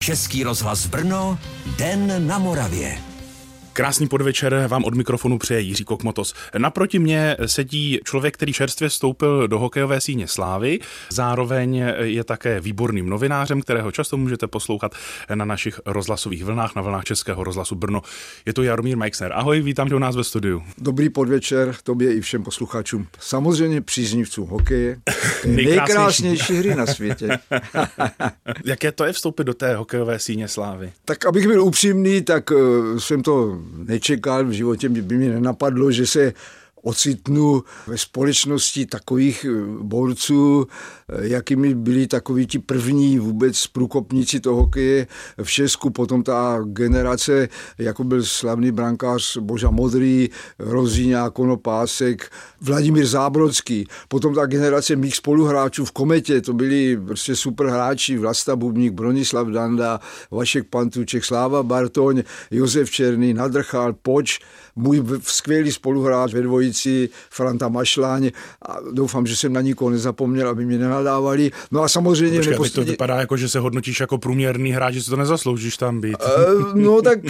Český rozhlas Brno, Den na Moravě. Krásný podvečer vám od mikrofonu přeje Jiří Kokmotos. Naproti mně sedí člověk, který čerstvě vstoupil do hokejové síně slávy. Zároveň je také výborným novinářem, kterého často můžete poslouchat na našich rozhlasových vlnách, na vlnách Českého rozhlasu Brno. Je to Jaromír Meixner. Ahoj, vítám tě u nás ve studiu. Dobrý podvečer tobě i všem posluchačům. Samozřejmě příznivcům hokeje. Nejkrásnější hry na světě. Jaké to je vstoupit do té hokejové síně slávy? Tak abych byl upřímný, tak jsem to nečekal, v životě by mi nenapadlo, že se ocitnu ve společnosti takových borců, jakými byli takoví ti první vůbec průkopníci toho hokeje v Česku, potom ta generace, jako byl slavný brankář Boža Modrý, Rozíňák, Konopásek, Vladimír Zábrodský, potom ta generace mých spoluhráčů v Kometě, to byli prostě super hráči, Vlasta Bubník, Bronislav Danda, Vašek Pantůček, Sláva Bartoň, Josef Černý, Nadrchal, Poč, můj skvělý spoluhráč ve dvojici Franta Mašláň, a doufám, že jsem na nikoho nezapomněl, aby mě nenadávali. No a samozřejmě... Počkej, to vypadá jako, že se hodnotíš jako průměrný hráč, že si to nezasloužíš tam být. No tak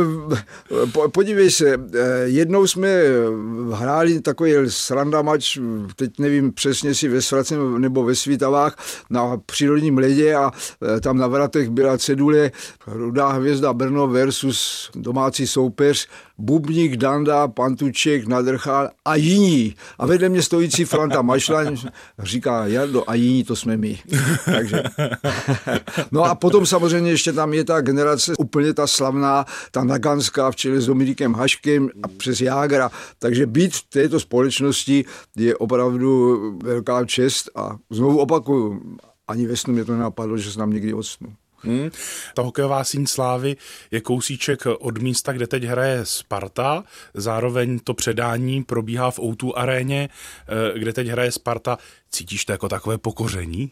podívej se, jednou jsme hráli takový srandamač, teď nevím přesně, jestli ve Svracem nebo ve Svitavách, na přírodním ledě, a tam na vratech byla cedule Rudá hvězda Brno versus domácí soupeř Bubník, Danda, Pantůček, Nadrchal a jiní. A vedle mě stojící Franta Mašlaň říká: Jardo, a jiní, to jsme my. Takže. No a potom samozřejmě ještě tam je ta generace úplně ta slavná, ta naganská v čele s Dominikem Haškem a přes Jágra. Takže být v této společnosti je opravdu velká čest a znovu opakuju, ani ve snu mě to nenapadlo, že se tam někdy odstnu. Ta hokejová síň slávy je kousíček od místa, kde teď hraje Sparta, zároveň to předání probíhá v O2 aréně, kde teď hraje Sparta. Cítíš to jako takové pokoření?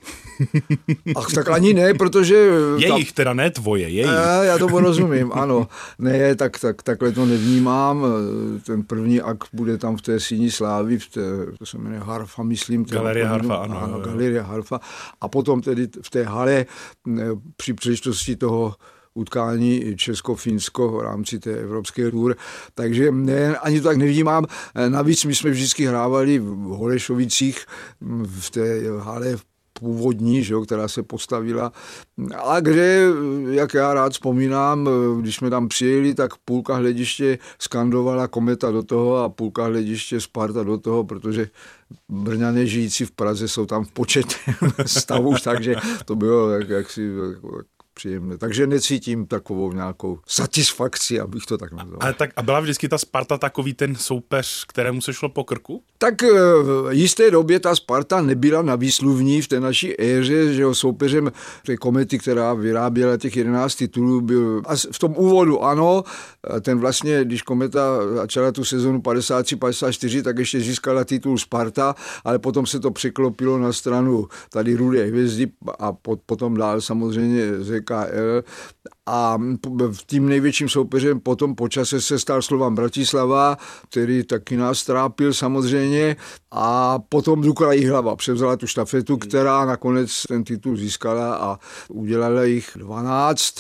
Ach, tak ani ne, protože... Jejich, teda ne tvoje, jejich. Já to rozumím, ano. Ne, takhle to nevnímám. Ten první akt bude tam v té síni slávy, to se jmenuje Harfa, myslím. Galerie Harfa, ano. Galerie Harfa. A potom tedy v té hale při příležitosti toho utkání Česko-Finsko v rámci té evropské tour. Takže ne, ani to tak nevnímám. Navíc my jsme vždycky hrávali v Holešovicích v té hale původní, že jo, která se postavila. A kde, jak já rád vzpomínám, když jsme tam přijeli, tak půlka hlediště skandovala Kometa do toho a půlka hlediště Sparta do toho, protože Brňané žijící v Praze jsou tam v početném stavu, takže to bylo jaksi příjemné. Takže necítím takovou nějakou satisfakci, abych to tak nazval. A byla vždycky ta Sparta takový ten soupeř, kterému se šlo po krku? Tak v jisté době ta Sparta nebyla na výslužní v té naší éře, že jo, soupeřem té Komety, která vyráběla těch 11 titulů, byl. A v tom úvodu ano, ten vlastně, když Kometa začala tu sezonu 53-54, tak ještě získala titul Sparta, ale potom se to překlopilo na stranu tady Rudé hvězdy a potom dál samozřejmě ZKL. A tím největším soupeřem potom po čase se stal Slovan Bratislava, který taky nás trápil samozřejmě, a potom Dukla Jihlava převzala tu štafetu, která nakonec ten titul získala a udělala jich 12.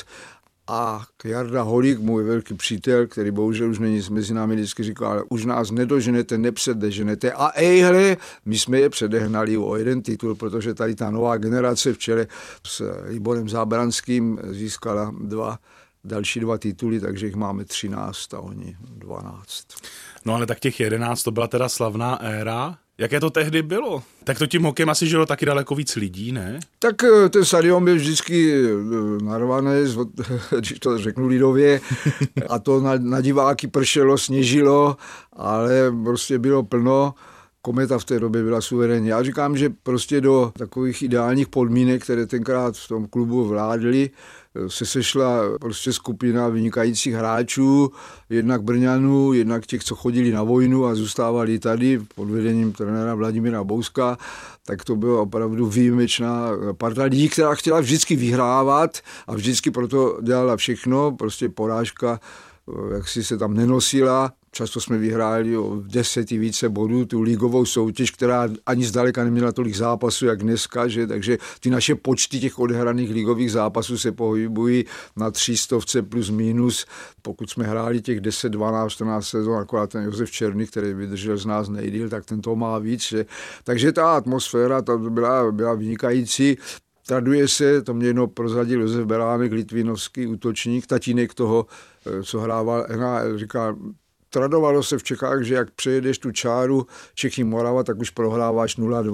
A Jarda Holík, můj velký přítel, který bohužel už není mezi námi, vždycky říkal: ale už nás nedoženete, nepředeženete. A ejhle, my jsme je předehnali o jeden titul, protože tady ta nová generace v čele s Liborem Zábranským získala další dva tituly, takže jich máme 13 a oni 12. No ale tak těch 11, to byla teda slavná éra. Jaké to tehdy bylo? Tak to tím hokejem asi žilo taky daleko víc lidí, ne? Tak ten stadion byl vždycky narvaný, když to řeknu lidově, a to na diváky pršelo, sněžilo, ale prostě bylo plno. Kometa v té době byla suverénní. Já říkám, že prostě do takových ideálních podmínek, které tenkrát v tom klubu vládly, se sešla prostě skupina vynikajících hráčů, jednak Brňanů, jednak těch, co chodili na vojnu a zůstávali tady pod vedením trenéra Vladimíra Bouska. Tak to byla opravdu výjimečná parta lidí, která chtěla vždycky vyhrávat a vždycky proto dělala všechno, prostě porážka jak si se tam nenosila, často jsme vyhráli o 10 i více bodů tu ligovou soutěž, která ani zdaleka neměla tolik zápasů, jak dneska, že? Takže ty naše počty těch odehraných ligových zápasů se pohybují na 300 plus minus. Pokud jsme hráli těch 10, 12, 14 sezon, akorát ten Josef Černý, který vydržel z nás nejdýl, tak ten to má víc. Že? Takže ta atmosféra ta byla vynikající. Traduje se, to mě jednou prozradil Josef Beránek, litvinovský útočník, tatínek toho, co hrával NHL, říká, tradovalo se v Čechách, že jak přejedeš tu čáru Čechy Morava, tak už prohráváš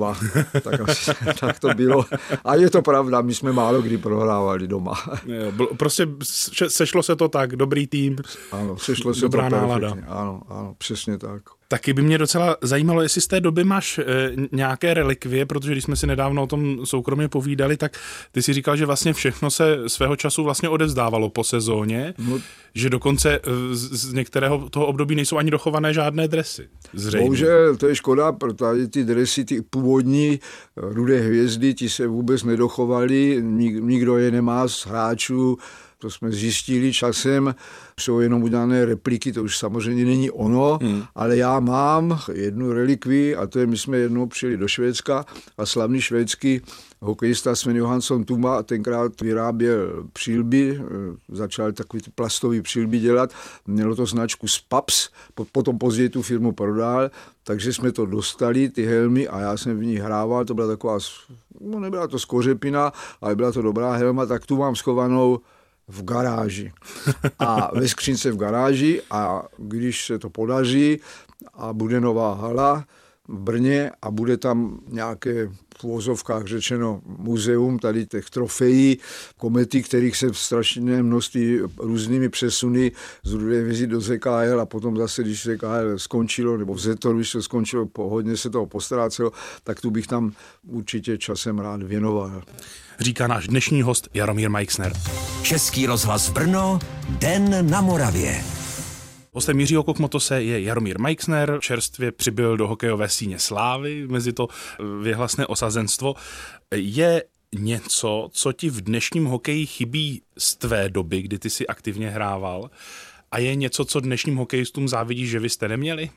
0-2. Tak to bylo. A je to pravda, my jsme málo kdy prohrávali doma. Prostě sešlo se to tak, dobrý tým, ano, sešlo se dobrá to nálada. Ano, přesně tak. Taky by mě docela zajímalo, jestli z té doby máš nějaké relikvie, protože když jsme si nedávno o tom soukromně povídali, tak ty si říkal, že vlastně všechno se svého času vlastně odevzdávalo po sezóně, že dokonce z některého toho období nejsou ani dochované žádné dresy. Zřejmě. Bohužel, to je škoda, protože ty dresy, ty původní Rudé hvězdy, ti se vůbec nedochovaly, nikdo je nemá z hráčů. To jsme zjistili časem, jsou jenom udělané repliky, to už samozřejmě není ono, ale já mám jednu relikvii a to je, my jsme jednou přijeli do Švédska a slavný švédský hokejista Sven Johansson Tuma tenkrát vyráběl přílby, začal takový ty plastový přílby dělat, mělo to značku Spaps, potom později tu firmu prodal, takže jsme to dostali, ty helmy, a já jsem v ní hrával, to byla taková, no nebyla to skořepina, ale byla to dobrá helma, tak tu mám schovanou v garáži. A ve skřínce v garáži, a když se to podaří a bude nová hala v Brně a bude tam nějaké v uvozovkách řečeno muzeum tady těch trofejí, komety, kterých se strašné množství různými přesuny z Rudé hvězdy do ZKL a potom zase, když ZKL skončilo, nebo v Zetoru, když to skončilo, hodně se toho postrácelo, tak tu bych tam určitě časem rád věnoval. Říká náš dnešní host Jaromír Meixner. Český rozhlas Brno, Den na Moravě. Hostem Jiřího Kokmotose je Jaromír Meixner, čerstvě přibyl do hokejové síně slávy, mezi to věhlasné osazenstvo. Je něco, co ti v dnešním hokeji chybí z tvé doby, kdy ty si aktivně hrával, a je něco, co dnešním hokejistům závidí, že vy jste neměli?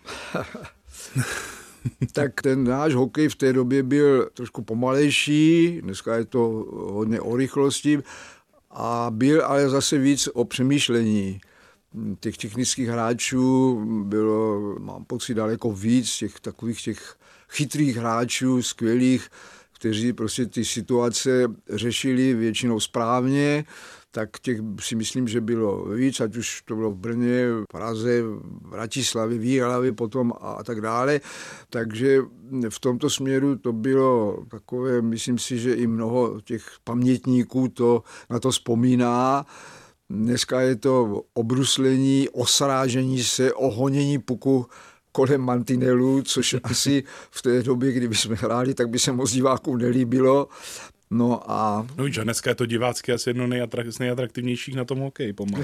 Tak ten náš hokej v té době byl trošku pomalejší, dneska je to hodně o rychlosti, a byl ale zase víc o přemýšlení. Těch technických hráčů bylo, mám pocit, daleko víc, těch chytrých hráčů, skvělých, kteří prostě ty situace řešili většinou správně, tak těch si myslím, že bylo víc, ať už to bylo v Brně, v Praze, v Bratislavě, v Jihlavě potom a tak dále. Takže v tomto směru to bylo takové, myslím si, že i mnoho těch pamětníků na to vzpomíná. Dneska je to obruslení, osrážení se, ohonění puku kolem mantinelů, což asi v té době, kdyby jsme hráli, tak by se moc divákům nelíbilo. No, že dneska je to divácky asi jedno z nejatraktivnějších na tom hokeji pomalu.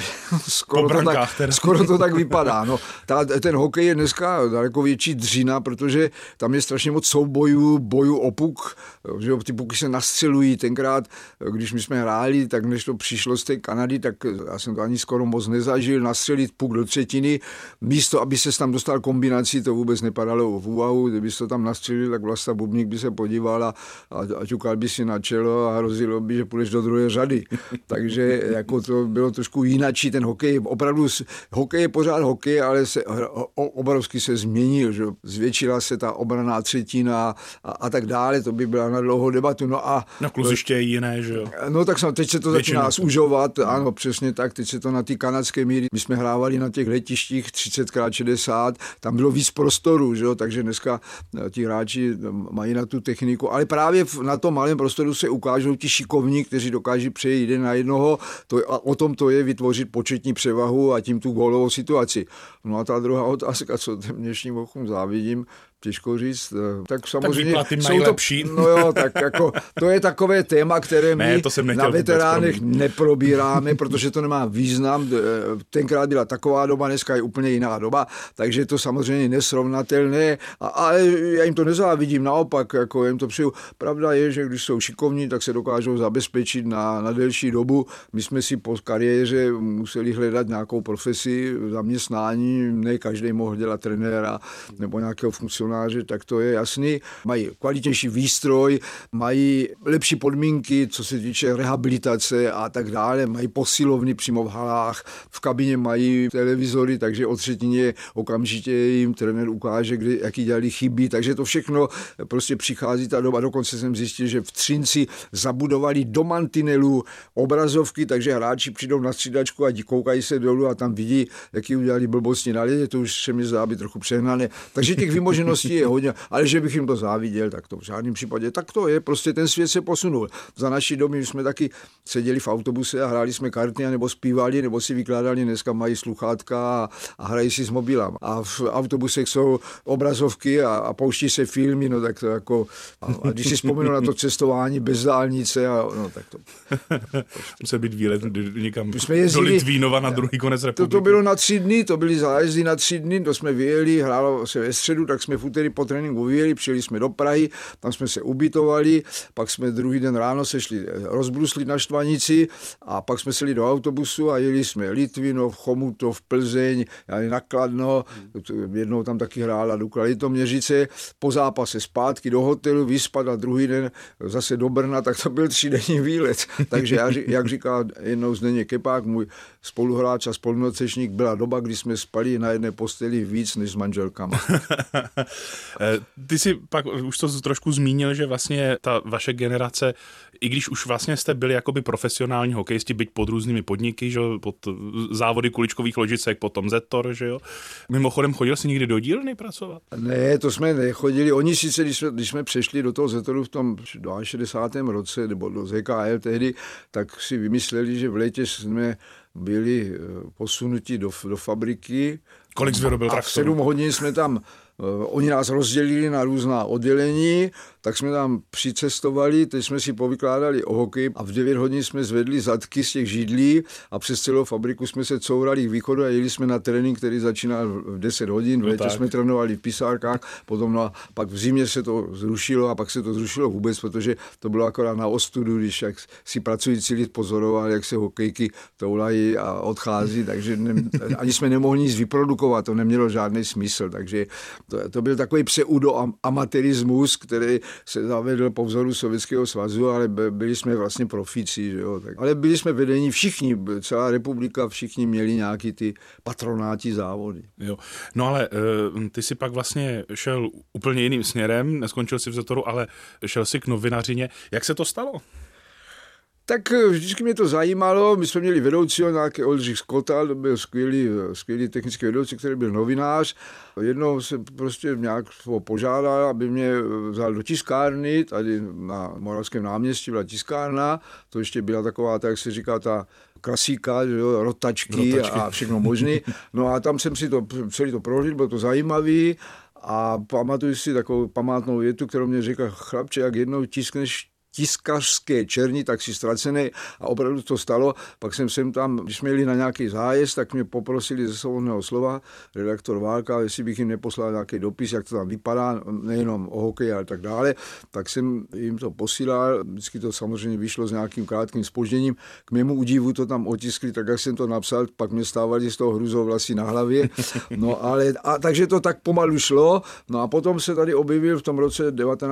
Skoro to tak vypadá. No, ten hokej je dneska daleko větší dřina, protože tam je strašně moc soubojů, bojů o puk, že ty puky se nastřelují. Tenkrát, když my jsme hráli, tak než to přišlo z té Kanady, tak já jsem to ani skoro moc nezažil, nastřelit puk do třetiny, místo, aby se tam dostal kombinací, to vůbec nepadalo v úvahu, kdyby to tam nastřelil, tak Vlasta Bubník by se podíval a ťukal by si na a hrozilo by, že půjdeš do druhé řady. Takže jako to bylo trošku jinačí ten hokej. Opravdu hokej je pořád hokej, ale obrovsky se změnil. Že? Zvětšila se ta obranná třetina a tak dále. To by byla na dlouhou debatu. Na kluziště je jiné, že jo? No tak teď se to začíná zužovat. Ano, přesně tak. Teď se to na ty kanadské míry. My jsme hrávali na těch letištích 30x60. Tam bylo víc prostoru, že jo? Takže dneska ti hráči mají na tu techniku. Ale právě na tom malém prostoru se ukážou ti šikovní, kteří dokáží přejít jeden na jednoho, a o tom to je vytvořit početní převahu a tím tu gólovou situaci. No a ta druhá otázka, co těm dnešním hochům závidím, těžko říct. Tak samozřejmě tak výplaty jsou to lepší. No jo, tak jako to je takové téma, které my na veteránech neprobíráme, protože to nemá význam. Tenkrát byla taková doba, dneska je úplně jiná doba, takže je to samozřejmě nesrovnatelné, ale já jim to nezávidím, naopak, jako jim to přeju. Pravda je, že když jsou šikovní, tak se dokážou zabezpečit na delší dobu. My jsme si po kariéře museli hledat nějakou profesi, zaměstnání, ne každý mohl dělat trenéra nebo nějakého funkcionáře, tak to je jasný. Mají kvalitnější výstroj, mají lepší podmínky, co se týče rehabilitace a tak dále, mají posilovny přímo v halách, v kabině mají televizory, takže o třetině okamžitě jim trenér ukáže, jaký dělali chyby, takže to všechno prostě přichází ta doba. Dokonce jsem zjistil, že v Třinci zabudovali do mantinelu obrazovky, takže hráči přijdou na střídačku a koukají se dolů a tam vidí, jaký udělali blbosti na ledě, to už se mi zdá být trochu přehnané. Takže těch vymožeností je hodně, ale že bych jim to záviděl, tak to v žádném případě. Tak to je, prostě ten svět se posunul. Za naší doby jsme taky seděli v autobuse a hráli jsme karty, nebo zpívali, nebo si vykládali, dneska mají sluchátka a hrají si s mobilem. A v autobusech jsou obrazovky a pouští se filmy, no tak to jako, a když si vzpomenu na to cestování bez dálnice, no tak to. Musel být výlet někam do Litvínova na druhý konec republiky. To bylo na 3 dny, to byly zájezdy na 3 dny, to jsme vyjeli, hrálo se ve středu, tak jsme v úterý po tréninku vyjeli, přijeli jsme do Prahy, tam jsme se ubytovali, pak jsme druhý den ráno se šli rozbruslit na Štvanici a pak jsme šli do autobusu a jeli jsme Litvínov, Chomutov, Plzeň, na Kladno, jednou tam taky hrála Dukla Litoměřice, po zápase zpátky do hotelu, vyspat a druhý den zase do Brna, tak to byl 3denní výlet. Takže jak říká jednou Zdeněk Kepák, můj spoluhráč a spolunocečník, byla doba, kdy jsme spali na jedné posteli víc než s manželkama. Ty si pak už to trošku zmínil, že vlastně ta vaše generace, i když už vlastně jste byli jakoby profesionální hokejisti, byť pod různými podniky, že jo, pod závody kuličkových ložicek, potom Zetor, že jo. Mimochodem chodil jsi někdy do dílny pracovat? Ne, to jsme nechodili. Oni sice, když jsme přešli do toho Zetoru v tom 62. roce, nebo do ZKL tehdy, tak si vymysleli, že v létě jsme byli posunuti do fabriky. Kolik jsi vyrobil traktorů? A v 7 hodin jsme tam, oni nás rozdělili na různá oddělení, tak jsme tam přicestovali, teď jsme si povykládali o hokej a v 9 hodin jsme zvedli zadky z těch židlí a přes celou fabriku jsme se courali k východu a jeli jsme na trénink, který začínal v 10 hodin, v létě jsme trénovali v pisárkách, potom pak v zimě se to zrušilo a pak se to zrušilo vůbec, protože to bylo akorát na ostudu, když jak si pracující lid pozoroval, jak se hokejky toulají a odchází, takže ani jsme nemohli nic vyprodukovat, to nemělo žádný smysl, takže to byl takový pseudoamatérismus, který se zavedl po vzoru Sovětského svazu, ale byli jsme vlastně profíci, že jo. Ale byli jsme vedení všichni, celá republika, všichni měli nějaký ty patronáti závody. Jo. No ale ty si pak vlastně šel úplně jiným směrem, neskončil si v Zetoru, ale šel si k novinařině. Jak se to stalo? Tak vždycky mě to zajímalo, my jsme měli vedoucího nějaký Oldřich Skotal, to byl skvělý technický vedoucí, který byl novinář. Jednou se prostě nějak požádal, aby mě vzal do tiskárny, tady na Moravském náměstí byla tiskárna, to ještě byla taková, tak jak se říká, ta klasika, rotačky a všechno možné. No a tam jsem si celý to prohlídl, bylo to zajímavý a pamatuju si takovou památnou větu, kterou mě řekl: chlapče, jak jednou tiskneš tiskařské černí, tak si ztracený, a opravdu to stalo. Pak jsem sem tam, když jsme jeli na nějaký zájezd, tak mě poprosili ze svobodného slova redaktor Válka, jestli bych jim neposlal nějaký dopis, jak to tam vypadá, nejenom o hokeji, ale tak dále. Tak jsem jim to posílal, vždycky to samozřejmě vyšlo s nějakým krátkým zpožděním. K mému údivu to tam otiskli, tak jak jsem to napsal, pak mě stávali z toho hruzou vlasy na hlavě. No ale, takže to tak pomalu šlo. No a potom se tady objevil v tom roce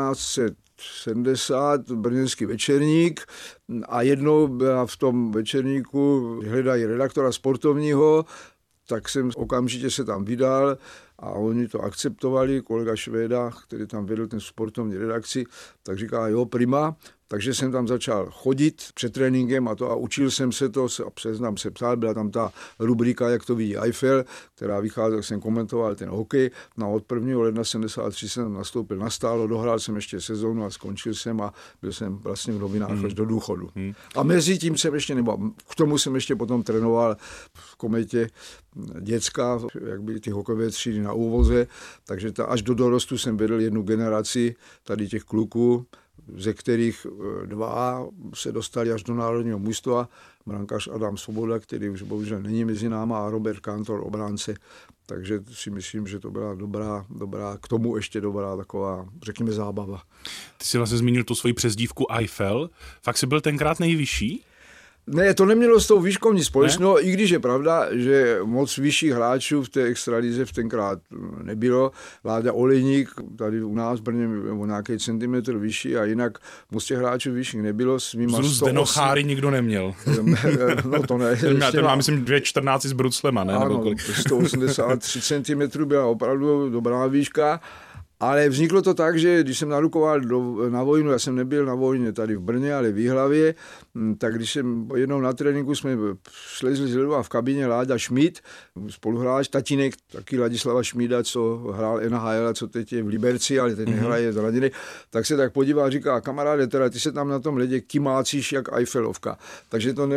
1970 brněnský Večerník a jednou byla v tom Večerníku, hledají redaktora sportovního, tak jsem okamžitě se tam vydal a oni to akceptovali, kolega Švéda, který tam vedl ten sportovní redakci, tak říká, jo, prima. Takže jsem tam začal chodit před tréninkem a učil jsem se to, seznam se psal, byla tam ta rubrika, jak to vidí Eiffel, která vycházela, jsem komentoval ten hokej. No od 1. ledna 73 jsem nastoupil nastálo, dohrál jsem ještě sezónu a skončil jsem a byl jsem vlastně v novinách až do důchodu. A mezi tím jsem ještě, nebo k tomu jsem ještě potom trénoval v Kometě děcka, jak byly ty hokejové třídy na na úvoze, takže až do dorostu jsem vedl jednu generaci tady těch kluků, ze kterých 2 se dostali až do národního mužstva, brankář Adam Svoboda, který už bohužel není mezi náma, a Robert Kantor, obránce. Takže si myslím, že to byla dobrá, k tomu ještě dobrá taková, řekněme, zábava. Ty jsi vlastně zmínil tu svoji přezdívku Eiffel. Fakt jsi byl tenkrát nejvyšší? Ne, to nemělo s tou výškou nic společného, i když je pravda, že moc vyšších hráčů v té extralize tenkrát nebylo. Láďa Olejník tady u nás v Brně o nějaký centimetr vyšší a jinak moc těch hráčů vyšších nebylo. Vzrůst Denocháry nikdo neměl. No to ne. Ten má, myslím, 2,14 s bruclema, ne? Ano, 183 cm byla opravdu dobrá výška. Ale vzniklo to tak, že když jsem narukoval na vojnu, já jsem nebyl na vojně tady v Brně, ale v Jihlavě, tak když jsem jednou na tréninku jsme šlezli z ledva v kabině Láďa Šmíd, spoluhráč, tatínek taky Ladislava Šmída, co hrál NHL, co teď je v Liberci, ale teď nehraje zraněný, tak se tak podívá a říká, kamaráde, teda ty se tam na tom ledě kymácíš jak Eiffelovka. Takže to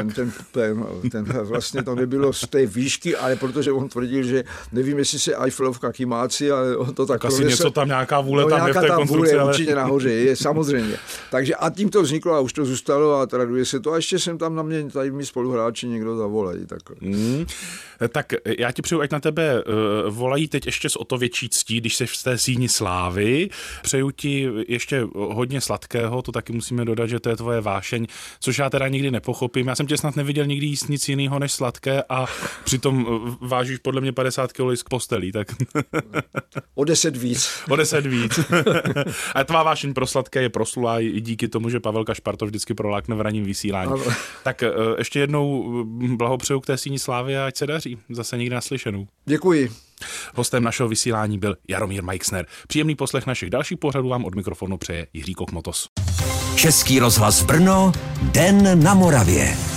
ten vlastně to nebylo z té výšky, ale protože on tvrdil, že nevím, jestli se Eiffelovka kymácí, ale on to tak něco tam, nějaká vůle tam je v té konstrukci. Vůle ale... určitě nahoře je, samozřejmě. Takže a tím to vzniklo a už to zůstalo a traduje se to. A ještě jsem tam na mě, tady mi spoluhráči někdo zavolají. Tak já ti přeju, ať na tebe volají teď ještě s o to větší ctí, když jsi v té síni slávy. Přeju ti ještě hodně sladkého, to taky musíme dodat, že to je tvoje vášeň, což já teda nikdy nepochopím. Já jsem tě snad neviděl nikdy jíst nic jiného než sladké a přitom vážíš podle mě 50 kg z postelí. Tak... O 10 víc. O 10 víc. A tvá vášeň pro sladké je proslulá i díky tomu, že Pavel Kašpar to vždycky prolákne v ranním vysílání. Ano. Tak ještě jednou blahopřeju k té síni slávy a ať se daří. Zase nikdy naslyšenou. Děkuji. Hostem našeho vysílání byl Jaromír Meixner. Příjemný poslech našich dalších pořadů vám od mikrofonu přeje Jiří Kokmotos. Český rozhlas Brno, Den na Moravě.